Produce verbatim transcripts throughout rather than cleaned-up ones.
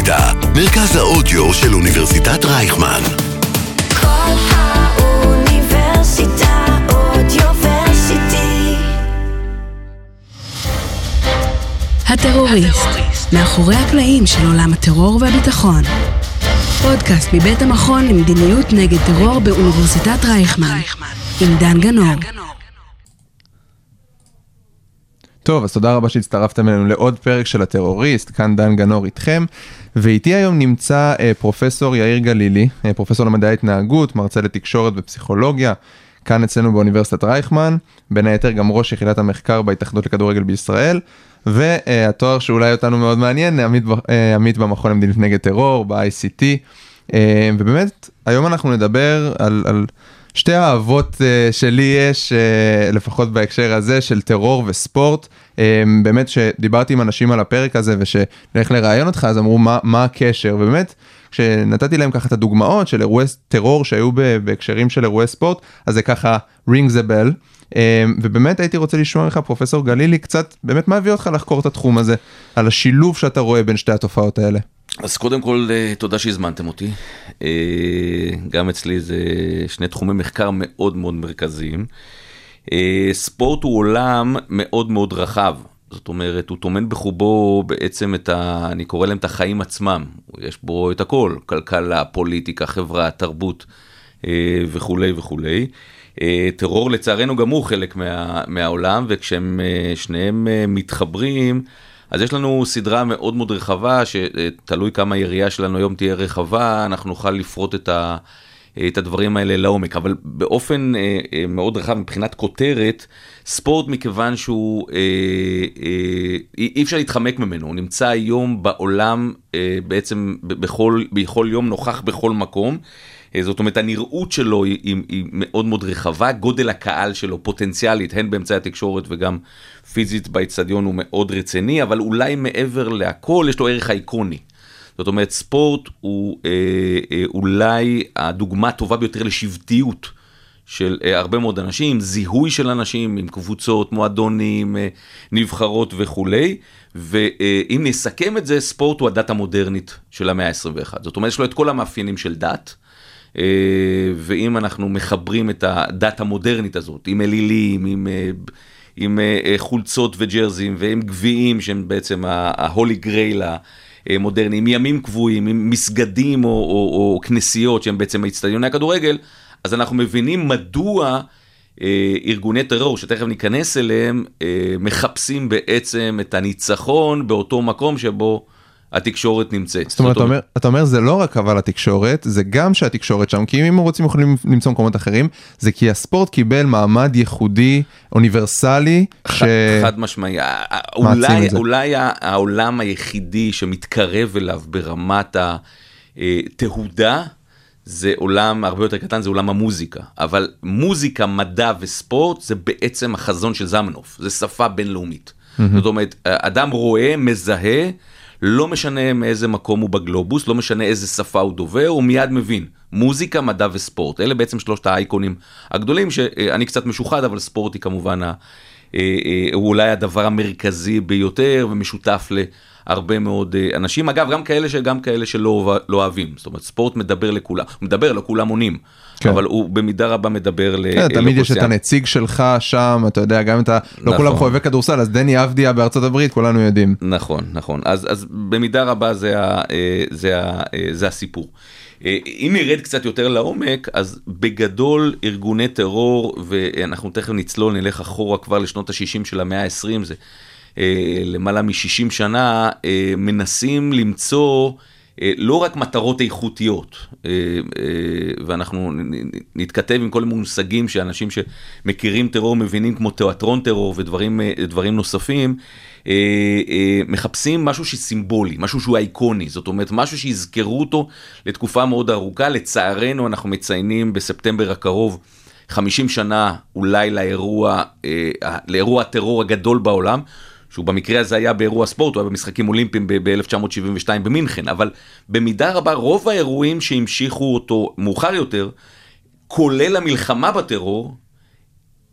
אוניברסיטה, מרכז האודיו של אוניברסיטת רייכמן. כל האוניברסיטה אודיוורסיטי. הטרוריסט, מאחורי הקלעים של עולם הטרור והביטחון. פודקאסט מבית המכון למדיניות נגד טרור באוניברסיטת רייכמן, עם דן גנור. טוב, אז תודה רבה שהצטרפתם אלינו לעוד פרק של הטרוריסט, כאן דן גנור איתכם, ואיתי היום נמצא אה, פרופסור יאיר גלילי, אה, פרופסור למדעי התנהגות, מרצה לתקשורת ופסיכולוגיה, כאן אצלנו באוניברסיטת רייכמן, בין היתר גם ראש יחידת המחקר בהתאחדות לכדורגל בישראל, והתואר שאולי אותנו מאוד מעניין, עמית, אה, עמית במכון למדיניות נגד טרור, ב-איי סי טי, אה, ובאמת היום אנחנו נדבר על... על שתי האהבות uh, שלי יש, uh, לפחות בהקשר הזה, של טרור וספורט. Um, באמת שדיברתי עם אנשים על הפרק הזה, ושנלך לראיין אותך, אז אמרו מה, מה הקשר. ובאמת, כשנתתי להם ככה את הדוגמאות של אירועי טרור שהיו בהקשרים של אירועי ספורט, אז זה ככה ring the bell. Um, ובאמת הייתי רוצה לשמוע לך, פרופסור גלילי, קצת, באמת מה הביא אותך לחקור את התחום הזה, על השילוב שאתה רואה בין שתי התופעות האלה? אז קודם כל, תודה שהזמנתם אותי. גם אצלי זה שני תחומי מחקר מאוד מאוד מרכזיים. ספורט הוא עולם מאוד מאוד רחב. זאת אומרת, הוא תומן בחובו בעצם את ה... אני קורא להם את החיים עצמם. יש בו את הכל, כלכלה, פוליטיקה, חברה, תרבות וכו' וכו'. טרור לצערנו גם הוא חלק מה... מהעולם, וכשהם שניהם מתחברים... אז יש לנו סדרה מאוד מאוד רחבה, שתלוי כמה יריעה שלנו היום תהיה רחבה, אנחנו נוכל לפרוט את, ה, את הדברים האלה לעומק, אבל באופן מאוד רחב מבחינת כותרת, ספורט מכיוון שהוא, אי אפשר להתחמק ממנו, הוא נמצא היום בעולם בעצם בכל, בכל יום נוכח בכל מקום, זאת אומרת, הנראות שלו היא, היא, היא מאוד מאוד רחבה, גודל הקהל שלו פוטנציאלית, הן באמצעי התקשורת וגם פיזית באצטדיון הוא מאוד רציני, אבל אולי מעבר להכל יש לו ערך אייקוני. זאת אומרת, ספורט הוא אה, אה, אולי הדוגמה הטובה ביותר לשבטיות של אה, הרבה מאוד אנשים, זיהוי של אנשים עם קבוצות, מועדונים, אה, נבחרות וכו'. ואם נסכם את זה, ספורט הוא הדת המודרנית של המאה ה-עשרים ואחת. זאת אומרת, יש לו את כל המאפיינים של דת, ואם אנחנו מחברים את הדת המודרנית הזאת, עם אלילים, עם, עם חולצות וג'רזים, ועם גביעים, שהם בעצם ההולי גרייל המודרני, עם ימים קבועים, עם מסגדים או, או, או כנסיות, שהם בעצם האצטדיוני הכדורגל, אז אנחנו מבינים מדוע ארגוני טרור, שתכף ניכנס אליהם, מחפשים בעצם את הניצחון באותו מקום שבו התקשורת נמצאת. זאת אומרת, אתה אומר, אתה אומר, זה לא רק אבל התקשורת, זה גם שהתקשורת שם, כי אם הם רוצים יכולים למצוא מקומות אחרים, זה כי הספורט קיבל מעמד ייחודי, אוניברסלי, ש... חד משמעי. אולי, אולי העולם היחידי שמתקרב אליו ברמת התהודה, זה עולם הרבה יותר קטן, זה עולם המוזיקה. אבל מוזיקה, מדע וספורט, זה בעצם החזון של זמנוף. זה שפה בינלאומית. זאת אומרת, אדם רואה, מזהה, לא משנה מאיזה מקום הוא בגלובוס, לא משנה איזה שפה הוא דובר, הוא מיד מבין. מוזיקה, מדע וספורט. אלה בעצם שלושת האייקונים הגדולים, שאני קצת משוחד, אבל ספורט היא כמובן, הוא אולי הדבר המרכזי ביותר, ומשותף להרבה מאוד אנשים. אגב, גם כאלה שגם כאלה שלא לא אוהבים. זאת אומרת, ספורט מדבר לכולם. הוא מדבר, לא כולם עונים. כן. אבל הוא במידה רבה מדבר לאוכלוסייה. תמיד יש את הנציג שלך שם, אתה יודע, גם את ה... לא כולם חובבי כדורסל, אז דני אבדיה בארצות הברית, כולנו יודעים. נכון, נכון. אז, אז במידה רבה זה, ה, זה, ה, זה הסיפור. אם נרד קצת יותר לעומק, אז בגדול ארגוני טרור, ואנחנו תכף נצלול, נלך אחורה כבר לשנות ה-שישים של המאה ה-עשרים, זה למעלה מ-שישים שנה, מנסים למצוא לא רק מטרות איכותיות, ואנחנו נתכתב עם כל מושגים שאנשים שמכירים טרור מבינים, כמו תיאטרון טרור ודברים דברים נוספים, מחפשים משהו שסימבולי, משהו שהוא אייקוני, זאת אומרת משהו שיזכרו אותו לתקופה מאוד ארוכה. לצערנו אנחנו מציינים בספטמבר הקרוב חמישים שנה אולי לאירוע, לאירוע הטרור הגדול בעולם, שהוא במקרה הזה היה באירוע ספורט, הוא היה במשחקים אולימפיים ב-אלף תשע מאות שבעים ושתיים במינכן, אבל במידה רבה רוב האירועים שהמשיכו אותו מאוחר יותר, כולל המלחמה בטרור,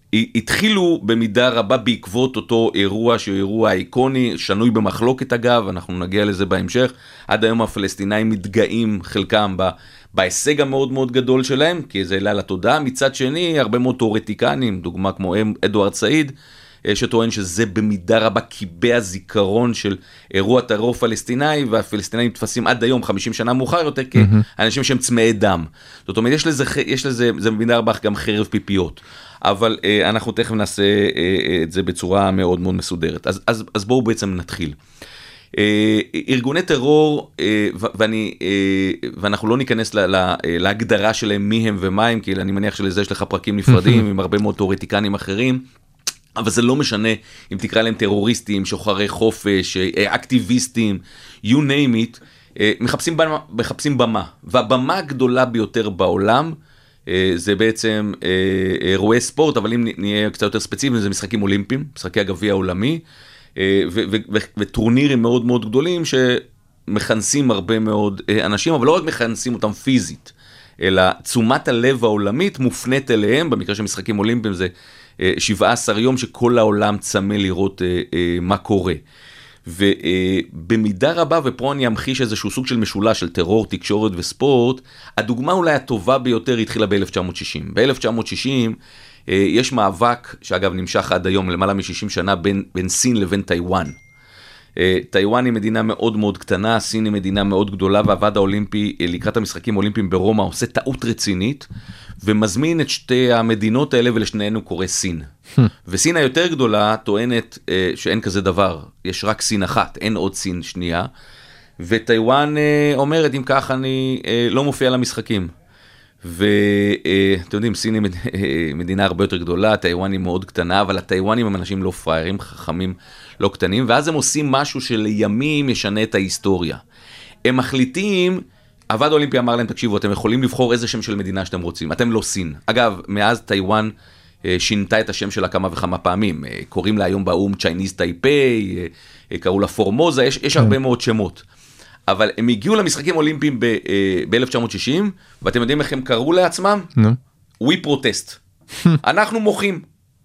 התחילו במידה רבה בעקבות אותו אירוע שהוא אירוע איקוני, שנוי במחלוקת אגב, אנחנו נגיע לזה בהמשך. עד היום הפלסטינאים מתגאים חלקם ב, בהישג המאוד מאוד גדול שלהם, כי זה העלה לתודעה. מצד שני, הרבה מאוד תיאורטיקנים, דוגמה כמו אדוארד סעיד, שטוען שזה במידה רבה קיבע זיכרון של אירוע טרור פלסטיני, והפלסטינאים נתפסים עד היום, חמישים שנה מאוחר יותר, כאנשים שהם צמאי דם. זאת אומרת, יש לזה, יש לזה, זה במידה רבה גם חרב פיפיות. אבל אה, אנחנו תכף נעשה אה, את זה בצורה מאוד מאוד מסודרת. אז, אז, אז בואו בעצם נתחיל. אה, ארגוני טרור, אה, ו- ואני, אה, ואנחנו לא ניכנס לה, לה, להגדרה שלהם מי הם ומה הם, כי אני מניח שלזה יש לך פרקים נפרדים עם הרבה מאוד תיאורטיקנים אחרים, אבל זה לא משנה אם תקרא להם טרוריסטים, שוחרי חופש, אקטיביסטים, you name it, אה, מחפשים, במה, מחפשים במה. והבמה הגדולה ביותר בעולם, זה בעצם אירועי ספורט, אבל אם נהיה קצת יותר ספציפיים, זה משחקים אולימפיים, משחקי הגביע העולמי, וטורנירים מאוד מאוד גדולים שמכנסים הרבה מאוד אנשים, אבל לא רק מכנסים אותם פיזית, אלא תשומת הלב העולמית מופנית אליהם. במקרה של משחקים אולימפיים זה שבעה עשר יום שכל העולם צמא לראות מה קורה. ובמידה רבה, ופה אני אמחיש איזשהו סוג של משולש של טרור, תקשורת וספורט, הדוגמה אולי הטובה ביותר התחילה ב-אלף תשע מאות שישים. ב-אלף תשע מאות שישים יש מאבק, שאגב נמשך עד היום למעלה מ-שישים שנה, בין, בין סין לבין טיואן. טיואן היא מדינה מאוד מאוד קטנה, סין היא מדינה מאוד גדולה, והוועד האולימפי לקראת המשחקים האולימפיים ברומא עושה טעות רצינית, ומזמין את שתי המדינות האלה, ולשנינו קורא סין. וסין היותר גדולה טוענת שאין כזה דבר, יש רק סין אחת, אין עוד סין שנייה, וטיואן אומרת, אם כך אני לא מופיע למשחקים. ואתם יודעים, סין היא מדינה הרבה יותר גדולה, טיואן היא מאוד קטנה, אבל הטיואנים הם אנשים לא פריירים, חכמים לא קטנים, ואז הם עושים משהו שלימים ישנה את ההיסטוריה. הם מחליטים, הוועד האולימפי אמר להם, תקשיבו, אתם יכולים לבחור איזה שם של מדינה שאתם רוצים, אתם לא סין. אגב, מאז טיואן שינתה את השם שלה כמה וכמה פעמים, קוראים לה היום באום צ'ייניז טייפי, קראו לה פורמוזה, יש, יש הרבה מאוד שמות. אבל הם הגיעו למשחקים אולימפיים ב-אלף תשע מאות שישים, ואתם יודעים איך הם קראו לעצמם? We protest. אנחנו מוחים.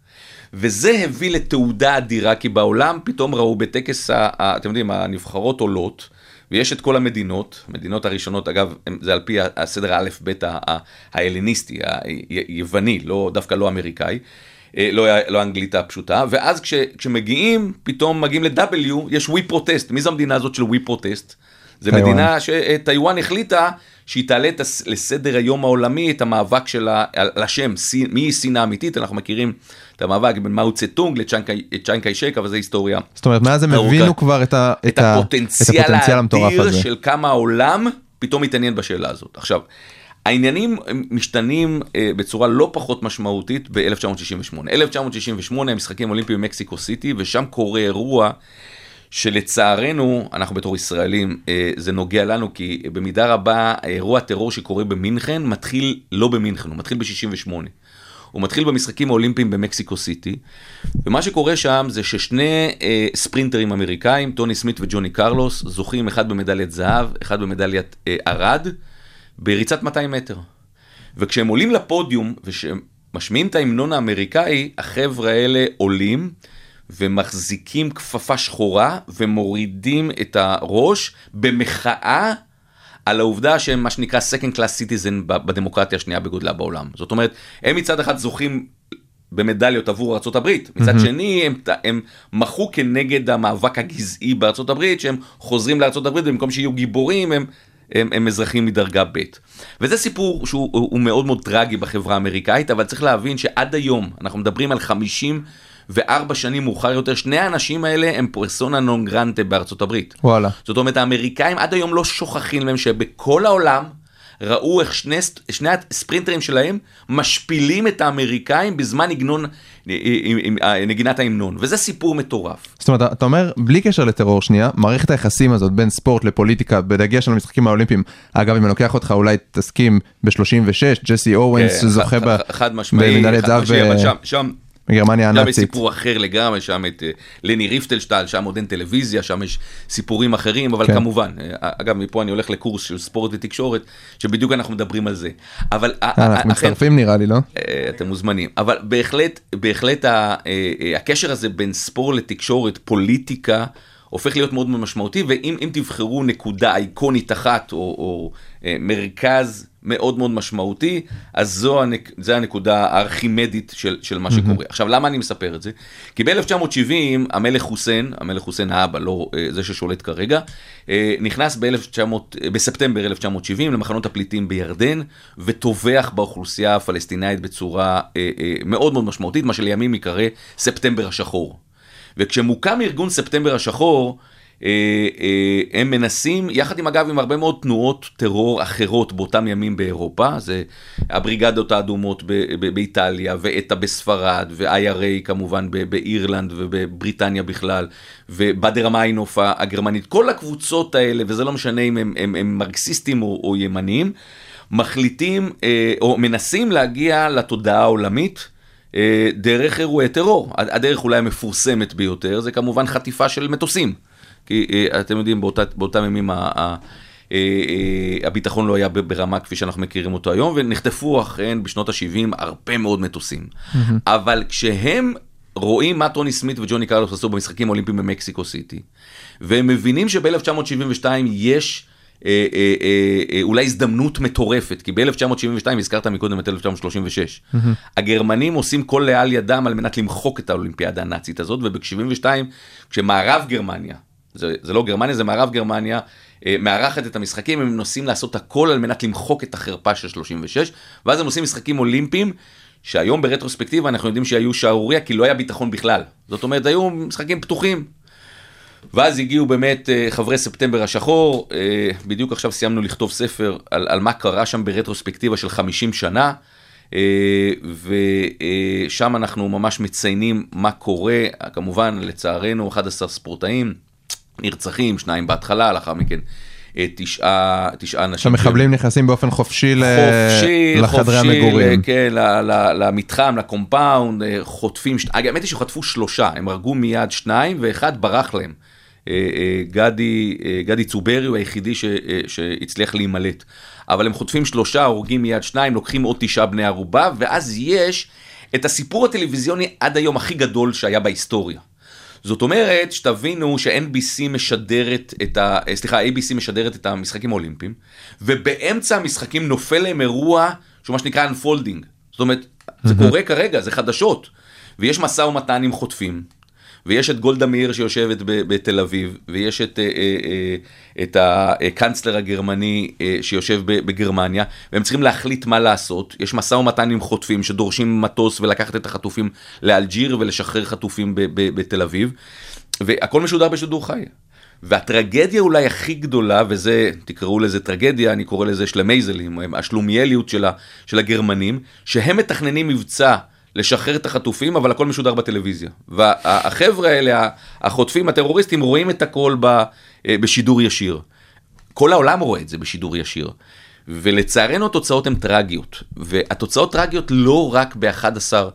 וזה הביא לתעודה אדירה, כי בעולם פתאום ראו בטקס, אתם יודעים, הנבחרות עולות, ויש את כל המדינות, המדינות הראשונות, אגב, זה על פי הסדר האלף-בית ההלניסטי, היווני, לא, דווקא לא אמריקאי, לא, לא האנגלית הפשוטה, ואז כש, כשמגיעים, פתאום מגיעים ל-W, יש We protest. מי זו המדינה הזאת של We protest? זה מדינה שטיואן החליטה שהיא תעלה לסדר היום העולמי את המאבק שלה על השם, מי היא סין האמיתית. אנחנו מכירים את המאבק בין מאו צטונג לצ'יאנג קאי-שק, אבל זה היסטוריה. זאת אומרת, מאז הם הבינו כבר את, ה, את, את הפוטנציאל האדיר של כמה העולם פתאום מתעניין בשאלה הזאת. עכשיו, העניינים משתנים בצורה לא פחות משמעותית ב-אלף תשע מאות שישים ושמונה. אלף תשע מאות שישים ושמונה, המשחקים האולימפיים במקסיקו סיטי, ושם קורה אירוע שלצערנו, אנחנו בתור ישראלים, זה נוגע לנו, כי במידה רבה, האירוע הטרור שקורה במינכן, מתחיל לא במינכן, הוא מתחיל ב-שישים ושמונה. הוא מתחיל במשחקים האולימפיים במקסיקו סיטי, ומה שקורה שם זה ששני אה, ספרינטרים אמריקאים, טוני סמית וג'וני קרלוס, זוכים אחד במדליית זהב, אחד במדליית אה, ארד, בריצת מאתיים מטר. וכשהם עולים לפודיום, ושמשמיעים את ההמנון האמריקאי, החבר'ה האלה עולים, ומחזיקים כפפה שחורה, ומורידים את הראש, במחאה, על העובדה שהם מה שנקרא second class citizen בדמוקרטיה השנייה בגודלה בעולם. זאת אומרת, הם מצד אחד זוכים במדליות עבור ארצות הברית, מצד mm-hmm. שני הם, הם מחו כנגד המאבק הגזעי בארצות הברית, שהם חוזרים לארצות הברית, במקום שיהיו גיבורים, הם, הם, הם אזרחים מדרגה ב'. וזה סיפור שהוא הוא מאוד מאוד טרגי בחברה האמריקאית, אבל צריך להבין שעד היום, אנחנו מדברים על חמישים וארבע שנים מאוחר יותר, שני האנשים האלה הם פרסונה נון גרנטה בארצות הברית. וואלה. זאת אומרת, האמריקאים עד היום לא שוכחים להם שבכל העולם ראו איך שני, שני הספרינטרים שלהם משפילים את האמריקאים בזמן הגנון, נגינת ההמנון. וזה סיפור מטורף. זאת אומרת, אתה אומר, בלי קשר לטרור שנייה, מערכת היחסים הזאת בין ספורט לפוליטיקה, בדגש על המשחקים האולימפיים, אגב, אם אני לוקח אותך, אולי תסכים ב-שלושים ושש, ג'סי אורנס, זוכה במדליית זהב. אבל שם, בגרמניה הנאצית. גם יש סיפור אחר לגמרי, שם את לני ריפטלשטל, שם עוד אין טלוויזיה, שם יש סיפורים אחרים, אבל כן. כמובן, אגב, מפה אני הולך לקורס של ספורט ותקשורת, שבדיוק אנחנו מדברים על זה. אבל... אנחנו מצטרפים נראה לי, לא? אתם מוזמנים. אבל בהחלט, בהחלט הקשר הזה בין ספורט לתקשורת, פוליטיקה, הופך להיות מאוד משמעותי, ואם אם תבחרו נקודה איקונית אחת, או, או אה, מרכז מאוד מאוד משמעותי, אז זו הנק, זו הנקודה הארכימדית של, של מה שקורה. Mm-hmm. עכשיו, למה אני מספר את זה? כי ב-אלף תשע מאות שבעים, המלך חוסיין, המלך חוסיין האבא, לא אה, זה ששולט כרגע, אה, נכנס ב-אלף תשע מאות, בספטמבר אלף תשע מאות שבעים למחנות הפליטים בירדן, וטובח באוכלוסייה הפלסטינאית בצורה אה, אה, מאוד מאוד משמעותית, מה שלימים יקרא ספטמבר השחור. וכשמוקם ארגון ספטמבר השחור, אה, אה, הם מנסים, יחד עם אגב עם הרבה מאוד תנועות טרור אחרות באותם ימים באירופה, זה הבריגדות האדומות ב- ב- באיטליה, ואתה בספרד, ו-איי אר איי כמובן ב- באירלנד ובבריטניה בכלל, ובאדר מיינוף הגרמנית, כל הקבוצות האלה, וזה לא משנה אם הם, הם, הם מרקסיסטים או, או ימניים, מחליטים אה, או מנסים להגיע לתודעה העולמית, דרך אירועי טרור. הדרך אולי המפורסמת ביותר, זה כמובן חטיפה של מטוסים. כי אתם יודעים, באותה, באותם ימים הביטחון לא היה ברמה כפי שאנחנו מכירים אותו היום, ונחטפו אכן בשנות ה-שבעים הרבה מאוד מטוסים. אבל כשהם רואים מה טוני סמית וג'וני קרלוס עשו במשחקים האולימפיים במקסיקו סיטי, והם מבינים שב-אלף תשע מאות שבעים ושתיים יש אה, אה, אה, אולי הזדמנות מטורפת, כי ב-אלף תשע מאות שבעים ושתיים הזכרת מקודם את אלף תשע מאות שלושים ושש. Mm-hmm. הגרמנים עושים כל לאל ידם על מנת למחוק את האולימפיאדה הנאצית הזאת, וב-שבעים ושתיים, כשמערב גרמניה, זה, זה לא גרמניה, זה מערב גרמניה, אה, מארחת את המשחקים, הם נוסעים לעשות הכל על מנת למחוק את החרפה של שלושים ושש, ואז הם עושים משחקים אולימפיים, שהיום ברטרוספקטיבה אנחנו יודעים שהיו שערוריה, כי לא היה ביטחון בכלל. זאת אומרת, היו משחקים פתוחים. ואז הגיעו באמת חברי ספטמבר השחור, בדיוק עכשיו סיימנו לכתוב ספר על, על מה קרה שם ברטרוספקטיבה של חמישים שנה, ושם אנחנו ממש מציינים מה קורה, כמובן לצערנו אחד עשר ספורטאים נרצחים, שניים בהתחלה, לאחר מכן תשעה, תשעה אנשים. המחבלים נכנסים באופן חופשי, חופשי לחדרי חופשי, המגורים. כן, למתחם, לקומפאונד, חוטפים, האמת היא שחטפו שלושה, הם הרגו מיד שניים, ואחד ברח להם. גדי, גדי צוברי הוא היחידי ש, שהצליח להימלט. אבל הם חוטפים שלושה, הורגים מיד שניים, לוקחים עוד תשעה בני ערובה, ואז יש את הסיפור הטלוויזיוני עד היום הכי גדול שהיה בהיסטוריה. זאת אומרת, שתבינו ש-אן בי סי משדרת את ה... סליחה, איי בי סי משדרת את המשחקים האולימפיים, ובאמצע המשחקים נופל להם אירוע, שהוא מה שנקרא unfolding. זאת אומרת, זה קורה כרגע, זה חדשות. ויש מסע ומתן עם חוטפים, ויש את גולדה מאיר שיושבת בתל אביב, ויש את, את הקנצלר הגרמני שיושב בגרמניה, והם צריכים להחליט מה לעשות. יש מסע ומתן עם חוטפים שדורשים מטוס ולקחת את החטופים לאלג'יר ולשחרר חטופים בתל אביב, והכל משודר בשידור חי. והטרגדיה אולי הכי גדולה, וזה, תקראו לזה טרגדיה, אני קורא לזה שלמייזלים, השלומיאליות של, של הגרמנים, שהם מתכננים מבצע לשחרר את החטופים, אבל הכל משודר בטלוויזיה. והחבר'ה האלה, החוטפים, הטרוריסטים, רואים את הכל בשידור ישיר. כל העולם רואה את זה בשידור ישיר. ולצערנו התוצאות הן טרגיות. והתוצאות טרגיות לא רק ב-אחד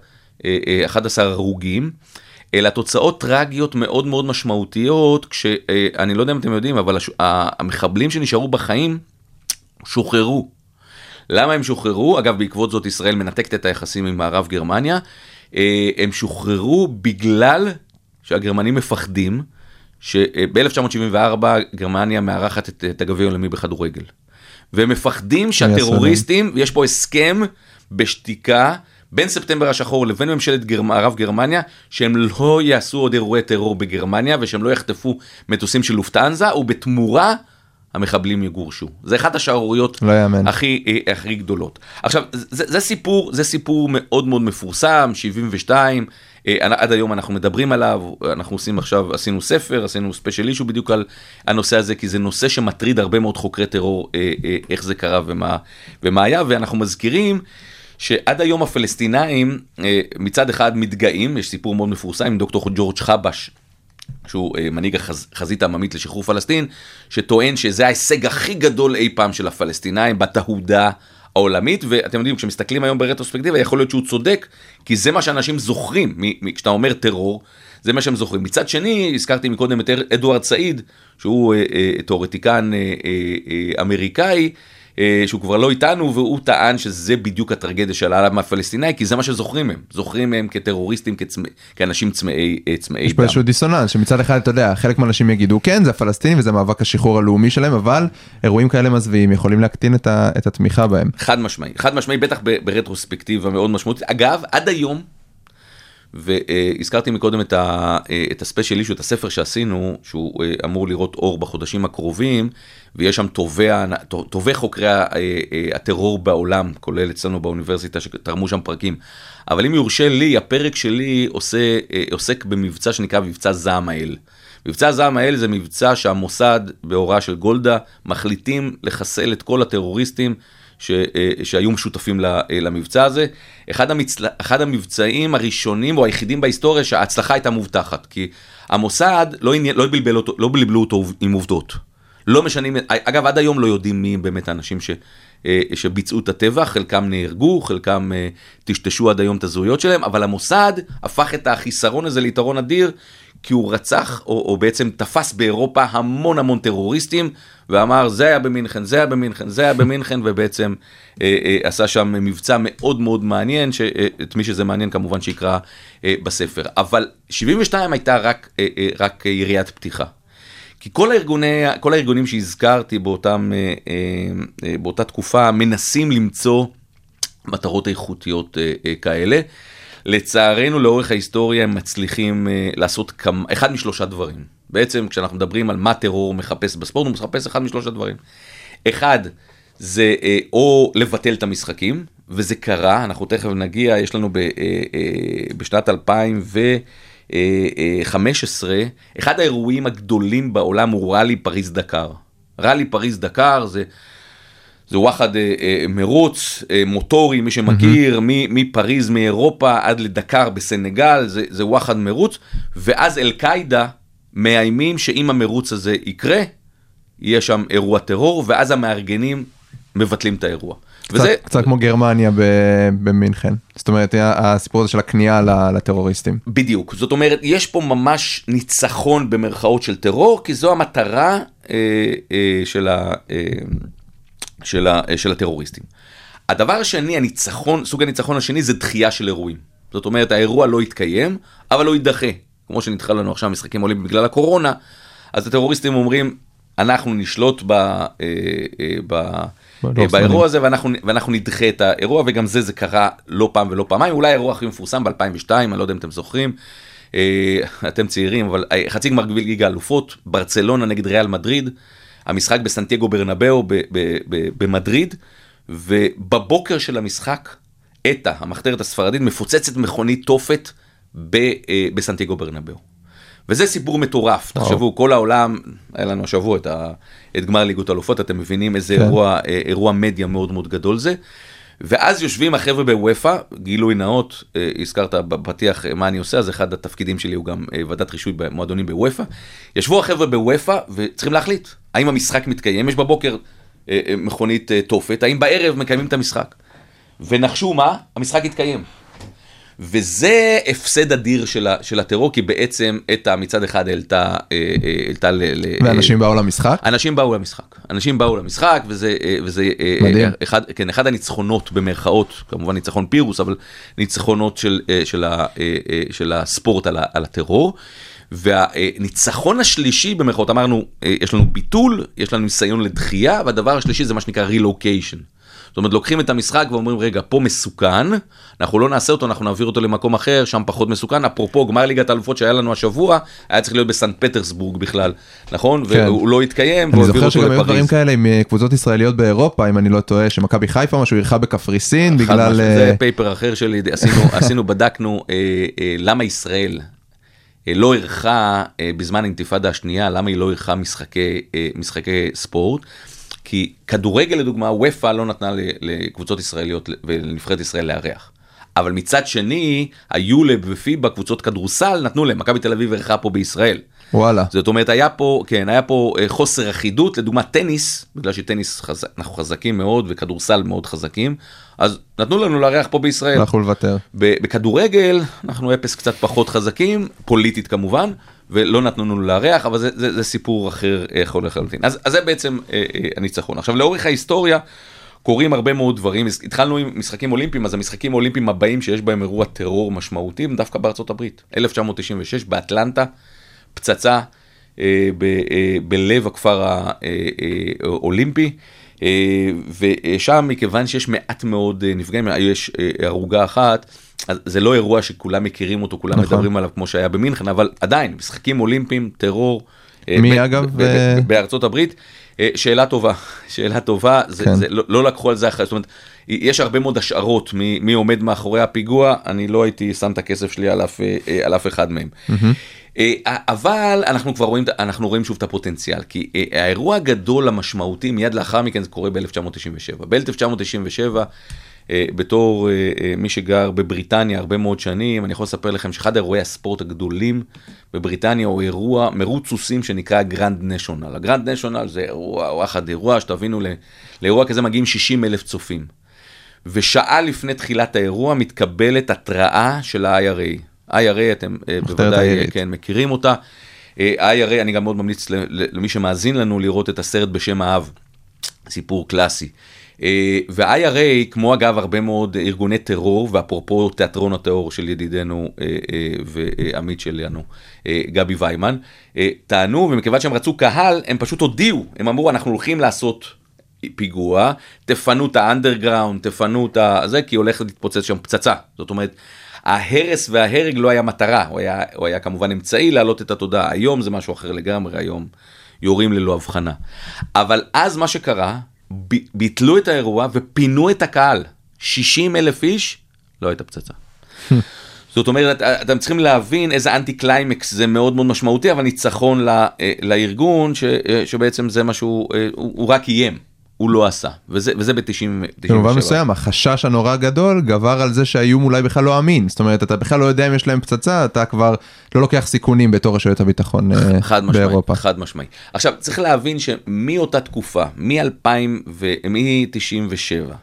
עשר הרוגים, אלא תוצאות טרגיות מאוד מאוד משמעותיות, כשאני לא יודע אם אתם יודעים, אבל המחבלים שנשארו בחיים שוחררו. למה הם שוחררו? אגב, בעקבות זאת ישראל מנתקת את היחסים עם מערב גרמניה. הם שוחררו בגלל שהגרמנים מפחדים, שב-אלף תשע מאות שבעים וארבע גרמניה מארחת את, את הגביע העולמי בכדורגל. והם מפחדים שהטרוריסטים, ויש פה הסכם בשתיקה, בין ספטמבר השחור לבין ממשלת גר... מערב גרמניה, שהם לא יעשו עוד אירועי טרור בגרמניה, ושהם לא יחטפו מטוסים של לופטהנזה, ובתמורה המחבלים יגורשו. זה אחת השערוריות לא הכי, הכי גדולות. עכשיו, זה, זה סיפור, זה סיפור מאוד מאוד מפורסם, שבעים ושתיים, עד היום אנחנו מדברים עליו, אנחנו עושים עכשיו, עשינו ספר, עשינו ספיישל אישו בדיוק על הנושא הזה, כי זה נושא שמטריד הרבה מאוד חוקרי טרור, איך זה קרה ומה, ומה היה, ואנחנו מזכירים שעד היום הפלסטינאים מצד אחד מתגאים, יש סיפור מאוד מפורסם עם דוקטור ג'ורג' חבש, שהוא מנהיג החזית העממית לשחרור פלסטין, שטוען שזה ההישג הכי גדול אי פעם של הפלסטינאים, בתהודה העולמית, ואתם יודעים, כשמסתכלים היום ברטרוספקטיבה, יכול להיות שהוא צודק, כי זה מה שאנשים זוכרים, כשאתה אומר טרור, זה מה שהם זוכרים. מצד שני, הזכרתי מקודם את אדוארד סעיד, שהוא תיאורטיקן אמריקאי, שהוא כבר לא איתנו, והוא טען שזה בדיוק הטרגדיה של העם הפלסטיני, כי זה מה שזוכרים הם. זוכרים הם כטרוריסטים, כאנשים צמאי דם. יש פה איזשהו דיסוננס, שמצד אחד, אתה יודע, חלק מהאנשים יגידו, כן, זה הפלסטינים, וזה מאבק השחרור הלאומי שלהם, אבל אירועים כאלה מזוויעים יכולים להקטין את התמיכה בהם. חד משמעי. חד משמעי, בטח ברטרוספקטיבה מאוד משמעותית. אגב, עד היום, והזכרתי מקודם את, ה, את הספיישל אישו, את הספר שעשינו, שהוא אמור לראות אור בחודשים הקרובים, ויש שם טובי חוקרי הטרור בעולם, כולל אצלנו באוניברסיטה שתרמו שם פרקים. אבל אם יורשה לי, הפרק שלי עושה, עוסק במבצע שנקרא מבצע זעם האל. מבצע זעם האל זה מבצע שהמוסד בהוראה של גולדה מחליטים לחסל את כל הטרוריסטים ש, שהיו משותפים למבצע הזה. אחד, המצל... אחד המבצעים הראשונים או היחידים בהיסטוריה שההצלחה הייתה מובטחת, כי המוסד לא, עניין, לא, בלבל אותו, לא בלבלו אותו עם עובדות. לא משנים, אגב, עד היום לא יודעים מי באמת האנשים ש, שביצעו את הטבח, חלקם נהרגו, חלקם תשתשו עד היום את הזהויות שלהם, אבל המוסד הפך את החיסרון הזה ליתרון אדיר, כי הוא רצח, או, או בעצם תפס באירופה המון המון טרוריסטים, ואמר, זה היה במינכן, זה היה במינכן, זה היה במינכן, ובעצם אה, אה, עשה שם מבצע מאוד מאוד מעניין, שאת מי שזה מעניין כמובן שיקרא אה, בספר. אבל שבעים ושתיים הייתה רק, אה, אה, רק יריית פתיחה. כי כל, הארגוני, כל הארגונים שהזכרתי באותם, אה, אה, באותה תקופה, מנסים למצוא מטרות איכותיות אה, אה, כאלה, לצערנו, לאורך ההיסטוריה הם מצליחים uh, לעשות כמה, אחד משלושה דברים. בעצם, כשאנחנו מדברים על מה טרור מחפש בספורט, הוא מחפש אחד משלושה דברים. אחד, זה uh, או לבטל את המשחקים, וזה קרה, אנחנו תכף נגיע, יש לנו ב, uh, uh, בשנת אלפיים וחמש עשרה, אחד האירועים הגדולים בעולם הוא ראלי פריז דקר. ראלי פריז דקר זה... זה וואחד אה, אה, מרוץ, אה, מוטורי, מי שמכיר, mm-hmm. מפריז, מאירופה, עד לדקר בסנגל, זה, זה וואחד מרוץ, ואז אל-קאידה מאיימים שאם המרוץ הזה יקרה, יהיה שם אירוע טרור, ואז המארגנים מבטלים את האירוע. קצת, וזה... קצת כמו גרמניה במינכן, זאת אומרת, הסיפור הזה של הכניעה לטרוריסטים. בדיוק, זאת אומרת, יש פה ממש ניצחון במרכאות של טרור, כי זו המטרה אה, אה, של ה... אה, של, ה, של הטרוריסטים. הדבר השני, הניצחון, סוג הניצחון השני, זה דחייה של אירועים. זאת אומרת, האירוע לא יתקיים, אבל לא יידחה. כמו שנדחה לנו עכשיו משחקים עולים בגלל הקורונה, אז הטרוריסטים אומרים, אנחנו נשלוט ב, אה, אה, ב, אה, באירוע הזה, ואנחנו, ואנחנו נדחה את האירוע, וגם זה, זה קרה לא פעם ולא פעמיים. אולי האירוע הכי מפורסם ב-אלפיים ושתיים, אני לא יודע אם אתם זוכרים, אה, אתם צעירים, אבל חצי גמר גביע ליגה האלופות, ברצלונה נגד ריאל מדריד, המשחק בסנטיאגו ברנבאו במדריד, ובבוקר של המשחק, אטה, המחתרת הספרדית, מפוצצת מכונית תופת בסנטיאגו ברנבאו. וזה סיפור מטורף, תחשבו, כל העולם, היה לנו השבוע את, את גמר ליגות האלופות, אתם מבינים איזה אירוע, אירוע מדיה מאוד מאוד גדול זה, ואז יושבים החבר'ה בוופא, גילוי נאות, הזכרת בפתיח מה אני עושה, אז אחד התפקידים שלי הוא גם ועדת רישוי במועדונים בוופא, ישבו החבר'ה בוופא וצריכים להחליט, האם המשחק מתקיים, יש בבוקר מכונית תופת, האם בערב מקיימים את המשחק, ונחשו מה, המשחק יתקיים. וזה הפסד אדיר של, של הטרור, כי בעצם את מצד אחד העלתה, העלתה ל... ואנשים באו למשחק? אנשים באו למשחק. אנשים באו למשחק, וזה, וזה אחד, כן, אחד הניצחונות במרכאות, כמובן ניצחון פירוס, אבל ניצחונות של, של, ה, של הספורט על, על הטרור. והניצחון השלישי במרכאות, אמרנו, יש לנו ביטול, יש לנו ניסיון לדחייה, והדבר השלישי זה מה שנקרא relocation. זאת אומרת, לוקחים את המשחק ואומרים, רגע, פה מסוכן, אנחנו לא נעשה אותו, אנחנו נעביר אותו למקום אחר, שם פחות מסוכן. אפרופו, גמר ליגת האלופות שהיה לנו השבוע, היה צריך להיות בסן פטרסבורג בכלל, נכון? כן. והוא לא התקיים, אני זוכר שגם היו דברים כאלה עם קבוצות ישראליות באירופה, אם אני לא טועה, שמכבי חיפה משהו ירחה בקפריסין, בגלל... זה פייפר אחר שלי, עשינו, עשינו, בדקנו, אה, אה, למה ישראל אה, לא ערכה אה, בזמן האינתיפאדה השנייה, למה היא לא ערכה משחקי, אה, משחקי ספורט, כי כדורגל לדוגמה, וופא לא נתנה לקבוצות ישראליות ולנבחרת ישראל לארח. אבל מצד שני, היולב ופיבה, קבוצות כדורסל, נתנו להם, מכבי תל אביב ערכה פה בישראל. וואלה. זאת אומרת, היה פה, כן, היה פה חוסר אחידות, לדוגמה טניס, בגלל שטניס חזק, אנחנו חזקים מאוד, וכדורסל מאוד חזקים, אז נתנו לנו לארח פה בישראל. אנחנו לוותר. בכדורגל, אנחנו אפס קצת פחות חזקים, פוליטית כמובן, ולא נתנו לנו לארח, אבל זה, זה, זה סיפור אחר יכול לחלוטין. אז, אז זה בעצם אה, אה, הניצחון. עכשיו, לאורך ההיסטוריה, קורים הרבה מאוד דברים, התחלנו עם משחקים אולימפיים, אז המשחקים האולימפיים הבאים שיש בהם אירוע טרור משמעותי, דווקא בארצות הברית, אלף תשע מאות תשעים ושש, באטלנטה, פצצה אה, ב, אה, בלב הכפר האולימפי, אה, ושם מכיוון שיש מעט מאוד נפגעים, יש אה, הרוגה אחת, אז זה לא אירוע שכולם מכירים אותו, כולם נכון. מדברים עליו כמו שהיה במינכן, אבל עדיין, משחקים אולימפיים, טרור, מי ב- אגב? ב- ב- ב- בארצות הברית, שאלה טובה, שאלה טובה, זה, כן. זה, לא, לא לקחו על זה אחרי, זאת אומרת, יש הרבה מאוד השערות מי, מי עומד מאחורי הפיגוע, אני לא הייתי שם את הכסף שלי על אף, על אף אחד מהם. Mm-hmm. אבל אנחנו כבר רואים, אנחנו רואים שוב את הפוטנציאל, כי האירוע הגדול המשמעותי, מיד לאחר מכן זה קורה ב-אלף תשע מאות תשעים ושבע. ב-אלף תשע מאות תשעים ושבע, בתור מי שגר בבריטניה הרבה מאוד שנים, אני יכול לספר לכם שאחד אירועי הספורט הגדולים בבריטניה הוא אירוע מרוץ סוסים שנקרא גרנד נשיונל. הגרנד נשיונל זה אירוע, או אחד אירוע שתבינו, לאירוע כזה מגיעים שישים אלף צופים. ושעה לפני תחילת האירוע מתקבלת התראה של ה-איי אר איי. איי אר איי אתם בוודאי כן, מכירים אותה. איי אר איי, אני גם מאוד ממליץ למי שמאזין לנו לראות את הסרט בשם האב. סיפור קלאסי. וה-איי אר איי, כמו אגב הרבה מאוד ארגוני טרור, ואפרופו תיאטרון הטרור של ידידנו ועמית שלנו, גבי ויימן, טענו, ומכיוון שהם רצו קהל, הם פשוט הודיעו, הם אמרו, אנחנו הולכים לעשות פיגוע, תפנו את האנדרגראונד, תפנו את זה, כי הולך להתפוצץ שם פצצה. זאת אומרת, ההרס וההרג לא היה מטרה, הוא היה, הוא היה כמובן אמצעי להעלות את התודעה. היום זה משהו אחר לגמרי, היום יורים ללא הבחנה. אבל אז מה שקרה, ביטלו את האירוע ופינו את הקהל. שישים אלף איש, לא הייתה פצצה. זאת אומרת, אתם צריכים להבין איזה אנטי קליימקס זה מאוד מאוד משמעותי, אבל ניצחון לארגון, ש, שבעצם זה משהו, הוא, הוא רק איים. הוא לא עשה, וזה, וזה ב-תשעים ושבע. במובן מסוים, החשש הנורא גדול גבר על זה שהאיום אולי בכלל לא אמין, זאת אומרת, אתה בכלל לא יודע אם יש להם פצצה, אתה כבר לא לוקח סיכונים בתור רשויות הביטחון באירופה. חד משמעי. עכשיו, צריך להבין שמאותה תקופה, מ-אלפיים ו-תשעים ושבע,